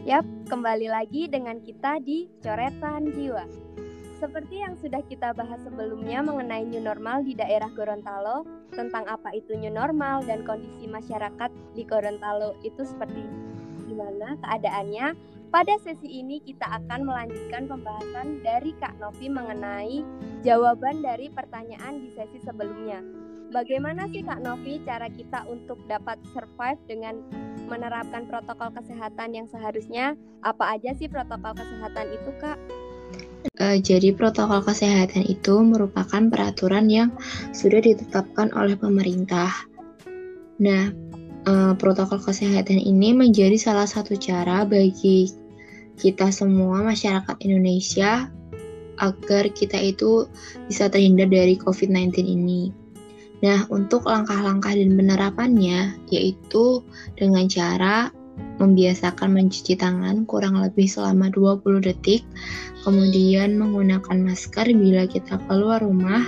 Yap, kembali lagi dengan kita di Coretan Jiwa. Seperti yang sudah kita bahas sebelumnya mengenai new normal di daerah Gorontalo, tentang apa itu new normal dan kondisi masyarakat di Gorontalo itu seperti gimana keadaannya. Pada sesi ini kita akan melanjutkan pembahasan dari Kak Novi mengenai jawaban dari pertanyaan di sesi sebelumnya. Bagaimana sih Kak Novi cara kita untuk dapat survive dengan menerapkan protokol kesehatan yang seharusnya? Apa aja sih protokol kesehatan itu, Kak? Jadi protokol kesehatan itu merupakan peraturan yang sudah ditetapkan oleh pemerintah. Nah, protokol kesehatan ini menjadi salah satu cara bagi kita semua masyarakat Indonesia agar kita itu bisa terhindar dari COVID-19 ini. Nah, untuk langkah-langkah dan penerapannya yaitu dengan cara membiasakan mencuci tangan kurang lebih selama 20 detik, kemudian menggunakan masker bila kita keluar rumah,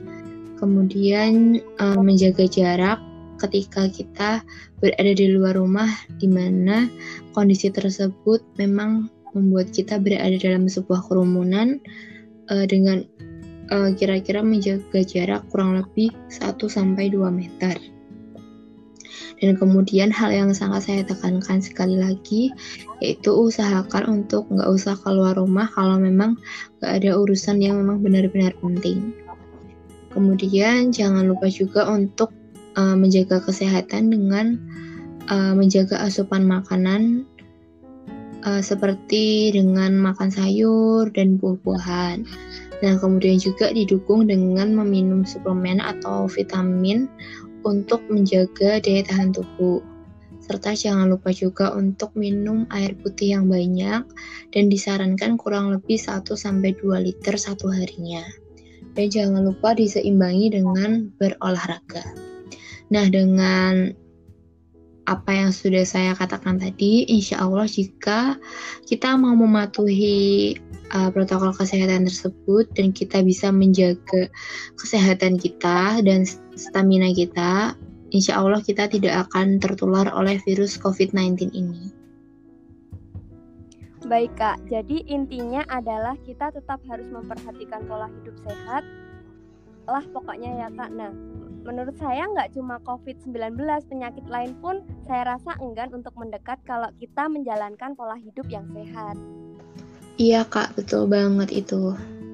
kemudian menjaga jarak ketika kita berada di luar rumah, di mana kondisi tersebut memang membuat kita berada dalam sebuah kerumunan dengan kira-kira menjaga jarak kurang lebih 1-2 meter. Dan kemudian hal yang sangat saya tekankan sekali lagi yaitu usahakan untuk nggak usah keluar rumah kalau memang nggak ada urusan yang memang benar-benar penting. Kemudian jangan lupa juga untuk menjaga kesehatan dengan menjaga asupan makanan seperti dengan makan sayur dan buah-buahan. Nah, kemudian juga didukung dengan meminum suplemen atau vitamin untuk menjaga daya tahan tubuh. Serta jangan lupa juga untuk minum air putih yang banyak dan disarankan kurang lebih 1-2 liter satu harinya. Dan jangan lupa diseimbangi dengan berolahraga. Nah, dengan apa yang sudah saya katakan tadi, insya Allah jika kita mau mematuhi protokol kesehatan tersebut dan kita bisa menjaga kesehatan kita dan stamina kita, insya Allah kita tidak akan tertular oleh virus COVID-19 ini. Baik Kak, jadi intinya adalah kita tetap harus memperhatikan pola hidup sehat lah pokoknya ya Kak. Nah, menurut saya nggak cuma COVID-19, penyakit lain pun saya rasa enggan untuk mendekat kalau kita menjalankan pola hidup yang sehat. Iya Kak, betul banget itu.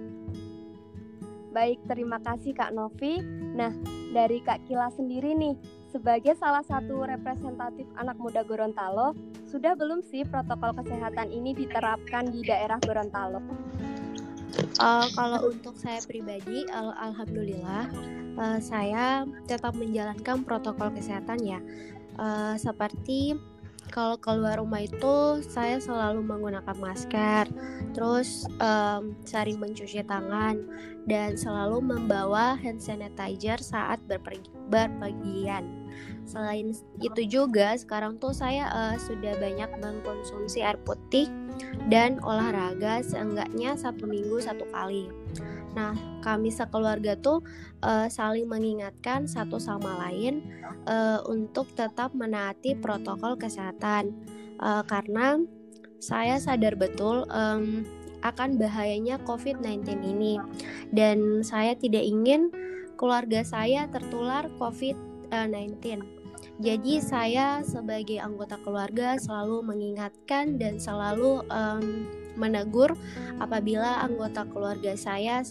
Baik, terima kasih Kak Novi. Nah, dari Kak Kila sendiri nih, sebagai salah satu representatif anak muda Gorontalo, sudah belum sih protokol kesehatan ini diterapkan di daerah Gorontalo? Kalau untuk saya pribadi, alhamdulillah saya tetap menjalankan protokol kesehatan ya. Seperti kalau keluar rumah itu saya selalu menggunakan masker, terus sering mencuci tangan dan selalu membawa hand sanitizer saat berpergian. Selain itu juga sekarang tuh saya sudah banyak mengkonsumsi air putih dan olahraga seenggaknya 1 minggu 1 kali. Nah, kami sekeluarga tuh saling mengingatkan satu sama lain untuk tetap menaati protokol kesehatan karena saya sadar betul akan bahayanya COVID-19 ini dan saya tidak ingin keluarga saya tertular COVID-19. Jadi saya sebagai anggota keluarga selalu mengingatkan dan selalu menegur apabila anggota keluarga saya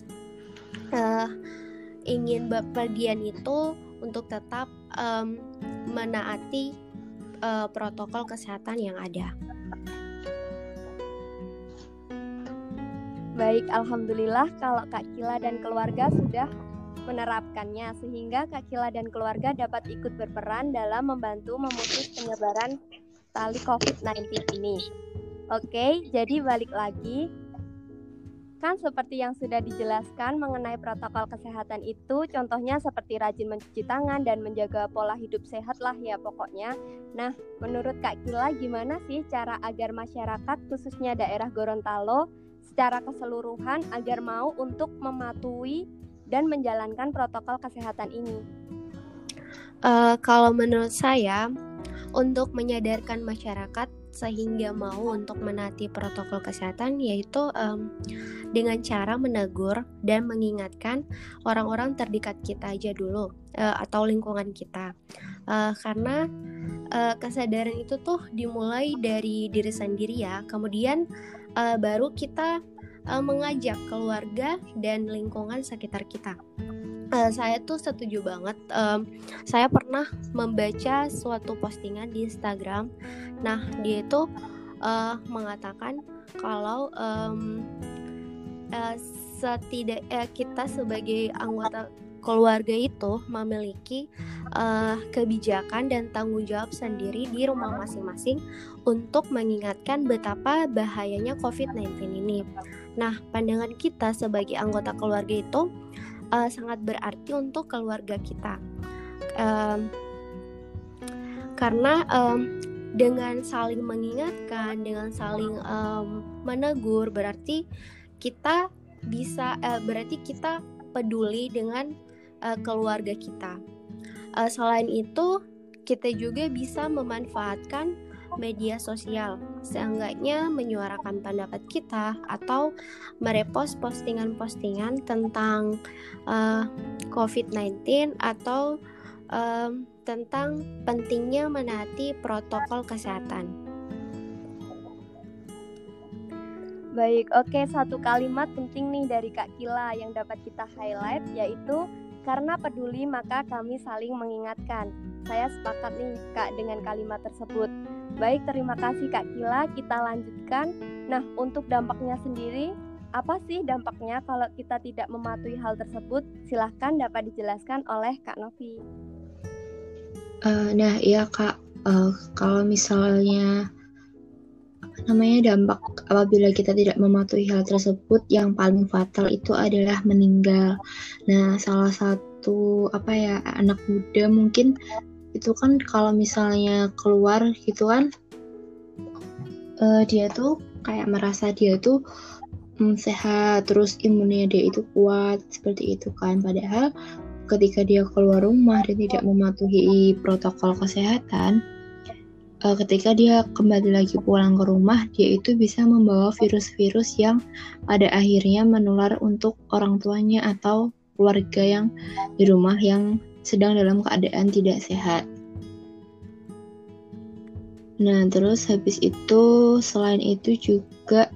ingin bepergian itu untuk tetap menaati protokol kesehatan yang ada. Baik, alhamdulillah kalau Kak Kila dan keluarga sudah menerapkannya sehingga Kak Kila dan keluarga dapat ikut berperan dalam membantu memutus penyebaran tali COVID-19 ini. Oke, jadi balik lagi. Kan seperti yang sudah dijelaskan mengenai protokol kesehatan itu, contohnya seperti rajin mencuci tangan dan menjaga pola hidup sehat lah ya pokoknya. Nah, menurut Kak Kila gimana sih cara agar masyarakat khususnya daerah Gorontalo secara keseluruhan agar mau untuk mematuhi dan menjalankan protokol kesehatan ini? Kalau menurut saya, untuk menyadarkan masyarakat sehingga mau untuk menaati protokol kesehatan, yaitu dengan cara menegur dan mengingatkan orang-orang terdekat kita aja dulu, atau lingkungan kita, karena kesadaran itu tuh dimulai dari diri sendiri ya. Kemudian baru kita mengajak keluarga dan lingkungan sekitar kita. Saya tuh setuju banget. Saya pernah membaca suatu postingan di Instagram. Nah, dia itu mengatakan kalau kita sebagai anggota keluarga itu memiliki kebijakan dan tanggung jawab sendiri di rumah masing-masing untuk mengingatkan betapa bahayanya COVID-19 ini. Nah, pandangan kita sebagai anggota keluarga itu sangat berarti untuk keluarga kita, karena dengan saling mengingatkan, dengan saling menegur, berarti kita peduli dengan keluarga kita. Selain itu, kita juga bisa memanfaatkan media sosial, seenggaknya menyuarakan pendapat kita atau merepost postingan-postingan tentang COVID-19 atau tentang pentingnya menaati protokol kesehatan. Baik, oke, satu kalimat penting nih dari Kak Kila yang dapat kita highlight, yaitu karena peduli maka kami saling mengingatkan. Saya sepakat nih Kak dengan kalimat tersebut. Baik, terima kasih Kak Kila, kita lanjutkan. Nah, untuk dampaknya sendiri, apa sih dampaknya kalau kita tidak mematuhi hal tersebut? Silahkan dapat dijelaskan oleh Kak Novi. Nah, iya Kak, kalau misalnya dampak apabila kita tidak mematuhi hal tersebut, yang paling fatal itu adalah meninggal. Nah, salah satu anak muda mungkin itu kan kalau misalnya keluar gitu kan, dia tuh kayak merasa dia tuh sehat, terus imunnya dia itu kuat, seperti itu kan. Padahal ketika dia keluar rumah dan tidak mematuhi protokol kesehatan, ketika dia kembali lagi pulang ke rumah, dia itu bisa membawa virus-virus yang pada akhirnya menular untuk orang tuanya atau keluarga yang di rumah yang sedang dalam keadaan tidak sehat. Nah, terus habis itu selain itu juga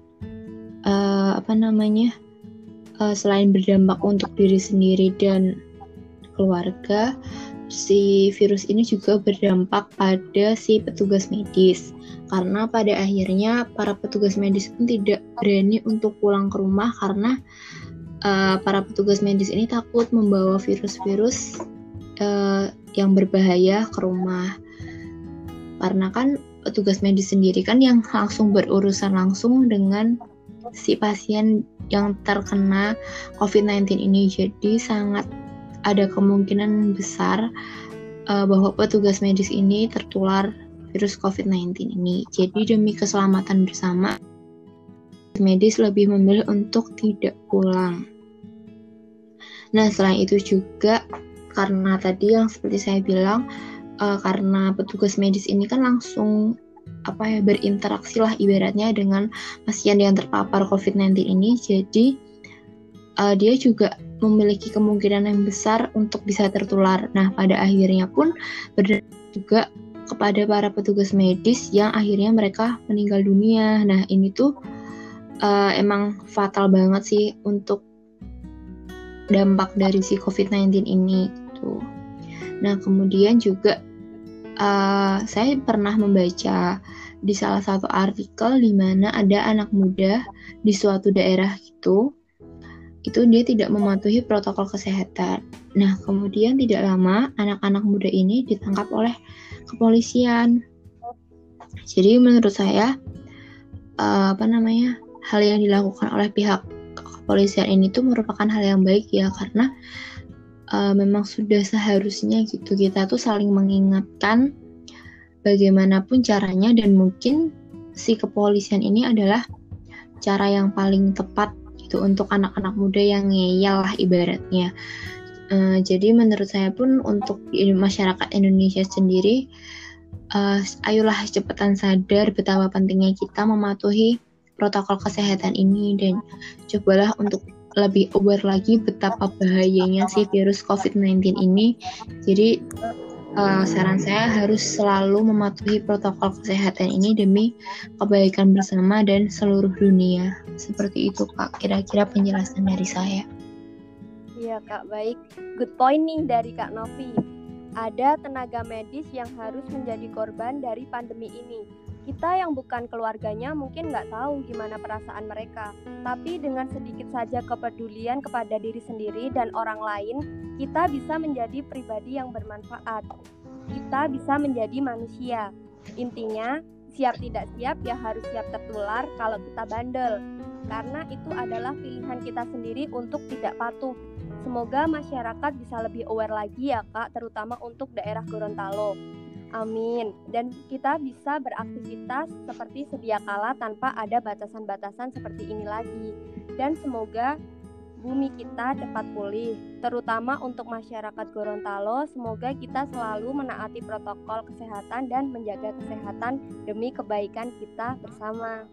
selain berdampak untuk diri sendiri dan keluarga, si virus ini juga berdampak pada si petugas medis, karena pada akhirnya para petugas medis pun tidak berani untuk pulang ke rumah karena para petugas medis ini takut membawa virus-virus yang berbahaya ke rumah, karena kan petugas medis sendiri kan yang langsung berurusan langsung dengan si pasien yang terkena COVID-19 ini. Jadi sangat ada kemungkinan besar bahwa petugas medis ini tertular virus COVID-19 ini. Jadi demi keselamatan bersama, medis lebih memilih untuk tidak pulang. Nah, selain itu juga karena tadi yang seperti saya bilang, karena petugas medis ini kan langsung berinteraksi lah ibaratnya dengan pasien yang terpapar COVID-19 ini, jadi dia juga memiliki kemungkinan yang besar untuk bisa tertular. Nah, pada akhirnya pun berdampak juga kepada para petugas medis yang akhirnya mereka meninggal dunia. Nah, ini tuh emang fatal banget sih untuk dampak dari si COVID-19 ini gitu. Nah, kemudian juga saya pernah membaca di salah satu artikel di mana ada anak muda di suatu daerah itu dia tidak mematuhi protokol kesehatan. Nah, kemudian tidak lama anak-anak muda ini ditangkap oleh kepolisian. Jadi menurut saya hal yang dilakukan oleh pihak kepolisian ini tuh merupakan hal yang baik ya, karena memang sudah seharusnya gitu kita tuh saling mengingatkan bagaimanapun caranya, dan mungkin si kepolisian ini adalah cara yang paling tepat gitu untuk anak-anak muda yang ngeyel lah ibaratnya. Jadi menurut saya pun untuk masyarakat Indonesia sendiri ayolah cepetan sadar betapa pentingnya kita mematuhi protokol kesehatan ini dan cobalah untuk lebih aware lagi betapa bahayanya si virus COVID-19 ini. Jadi saran saya harus selalu mematuhi protokol kesehatan ini demi kebaikan bersama dan seluruh dunia. Seperti itu Kak, kira-kira penjelasan dari saya. Iya Kak, baik. Good point nih dari Kak Novi. Ada tenaga medis yang harus menjadi korban dari pandemi ini. Kita yang bukan keluarganya mungkin nggak tahu gimana perasaan mereka. Tapi dengan sedikit saja kepedulian kepada diri sendiri dan orang lain, kita bisa menjadi pribadi yang bermanfaat. Kita bisa menjadi manusia. Intinya, siap tidak siap ya harus siap tertular kalau kita bandel. Karena itu adalah pilihan kita sendiri untuk tidak patuh. Semoga masyarakat bisa lebih aware lagi ya Kak, terutama untuk daerah Gorontalo. Amin. Dan kita bisa beraktivitas seperti sedia kala tanpa ada batasan-batasan seperti ini lagi. Dan semoga bumi kita cepat pulih. Terutama untuk masyarakat Gorontalo, semoga kita selalu menaati protokol kesehatan dan menjaga kesehatan demi kebaikan kita bersama.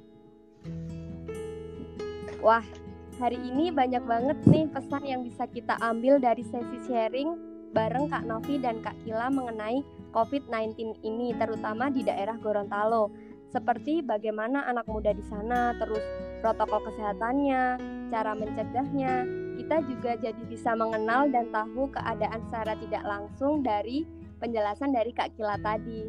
Wah, hari ini banyak banget nih pesan yang bisa kita ambil dari sesi sharing bareng Kak Novi dan Kak Kila mengenai COVID-19 ini, terutama di daerah Gorontalo. Seperti bagaimana anak muda di sana, terus protokol kesehatannya, cara mencegahnya. Kita juga jadi bisa mengenal dan tahu keadaan secara tidak langsung dari penjelasan dari Kak Kila tadi.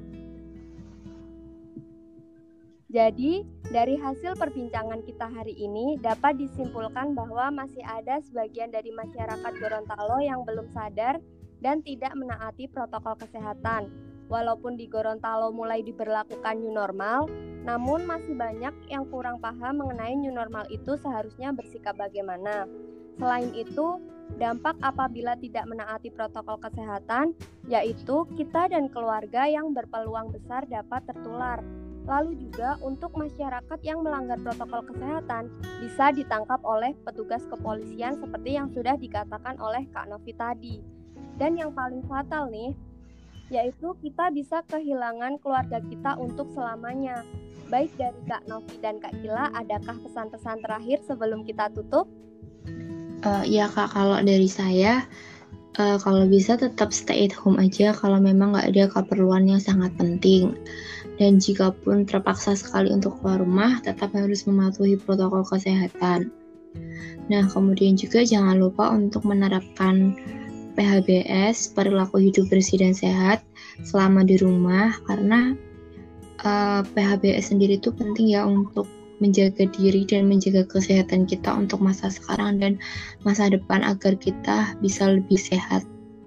Jadi, dari hasil perbincangan kita hari ini dapat disimpulkan bahwa masih ada sebagian dari masyarakat Gorontalo yang belum sadar dan tidak menaati protokol kesehatan. Walaupun di Gorontalo mulai diberlakukan new normal, namun masih banyak yang kurang paham mengenai new normal itu seharusnya bersikap bagaimana. Selain itu, dampak apabila tidak menaati protokol kesehatan, yaitu kita dan keluarga yang berpeluang besar dapat tertular. Lalu juga untuk masyarakat yang melanggar protokol kesehatan bisa ditangkap oleh petugas kepolisian seperti yang sudah dikatakan oleh Kak Novi tadi. Dan yang paling fatal nih, yaitu kita bisa kehilangan keluarga kita untuk selamanya. Baik dari Kak Novi dan Kak Kila, adakah pesan-pesan terakhir sebelum kita tutup? Ya Kak, kalau dari saya, kalau bisa tetap stay at home aja kalau memang nggak ada keperluan yang sangat penting. Dan jika pun terpaksa sekali untuk keluar rumah, tetap harus mematuhi protokol kesehatan. Nah, kemudian juga jangan lupa untuk menerapkan PHBS, perilaku hidup bersih dan sehat, selama di rumah, karena PHBS sendiri itu penting ya untuk menjaga diri dan menjaga kesehatan kita untuk masa sekarang dan masa depan agar kita bisa lebih sehat.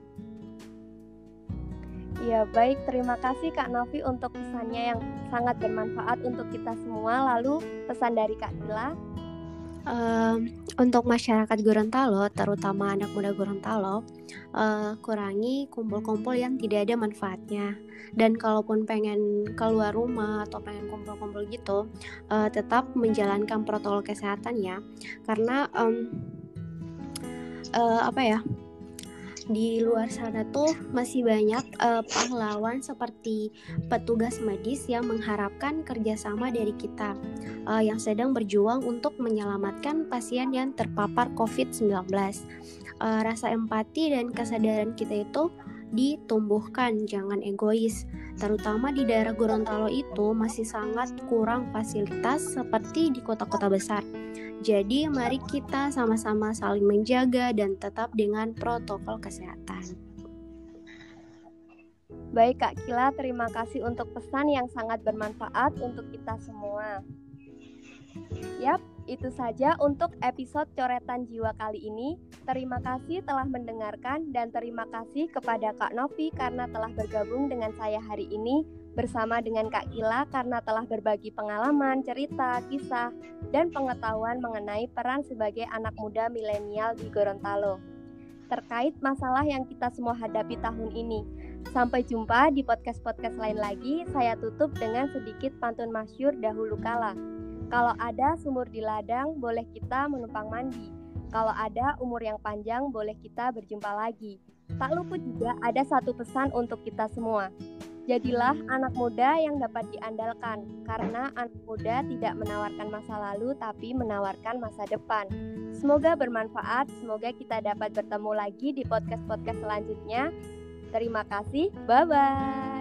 Ya baik, terima kasih Kak Novi untuk pesannya yang sangat bermanfaat untuk kita semua. Lalu pesan dari Kak Kila? Untuk masyarakat Gorontalo, terutama anak muda Gorontalo, kurangi kumpul-kumpul yang tidak ada manfaatnya. Dan kalaupun pengen keluar rumah atau pengen kumpul-kumpul gitu, tetap menjalankan protokol kesehatan ya. Karena di luar sana tuh masih banyak pahlawan seperti petugas medis yang mengharapkan kerjasama dari kita yang sedang berjuang untuk menyelamatkan pasien yang terpapar COVID-19. Rasa empati dan kesadaran kita itu ditumbuhkan, jangan egois. Terutama di daerah Gorontalo itu masih sangat kurang fasilitas seperti di kota-kota besar. Jadi mari kita sama-sama saling menjaga dan tetap dengan protokol kesehatan. Baik Kak Kila, terima kasih untuk pesan yang sangat bermanfaat untuk kita semua. Yap, itu saja untuk episode Coretan Jiwa kali ini. Terima kasih telah mendengarkan dan terima kasih kepada Kak Novi karena telah bergabung dengan saya hari ini, bersama dengan Kak Kila karena telah berbagi pengalaman, cerita, kisah, dan pengetahuan mengenai peran sebagai anak muda milenial di Gorontalo terkait masalah yang kita semua hadapi tahun ini. Sampai jumpa di podcast-podcast lain lagi. Saya tutup dengan sedikit pantun masyhur dahulu kala. Kalau ada sumur di ladang, boleh kita menumpang mandi. Kalau ada umur yang panjang, boleh kita berjumpa lagi. Tak luput juga ada satu pesan untuk kita semua. Jadilah anak muda yang dapat diandalkan, karena anak muda tidak menawarkan masa lalu tapi menawarkan masa depan. Semoga bermanfaat, semoga kita dapat bertemu lagi di podcast-podcast selanjutnya. Terima kasih, bye-bye.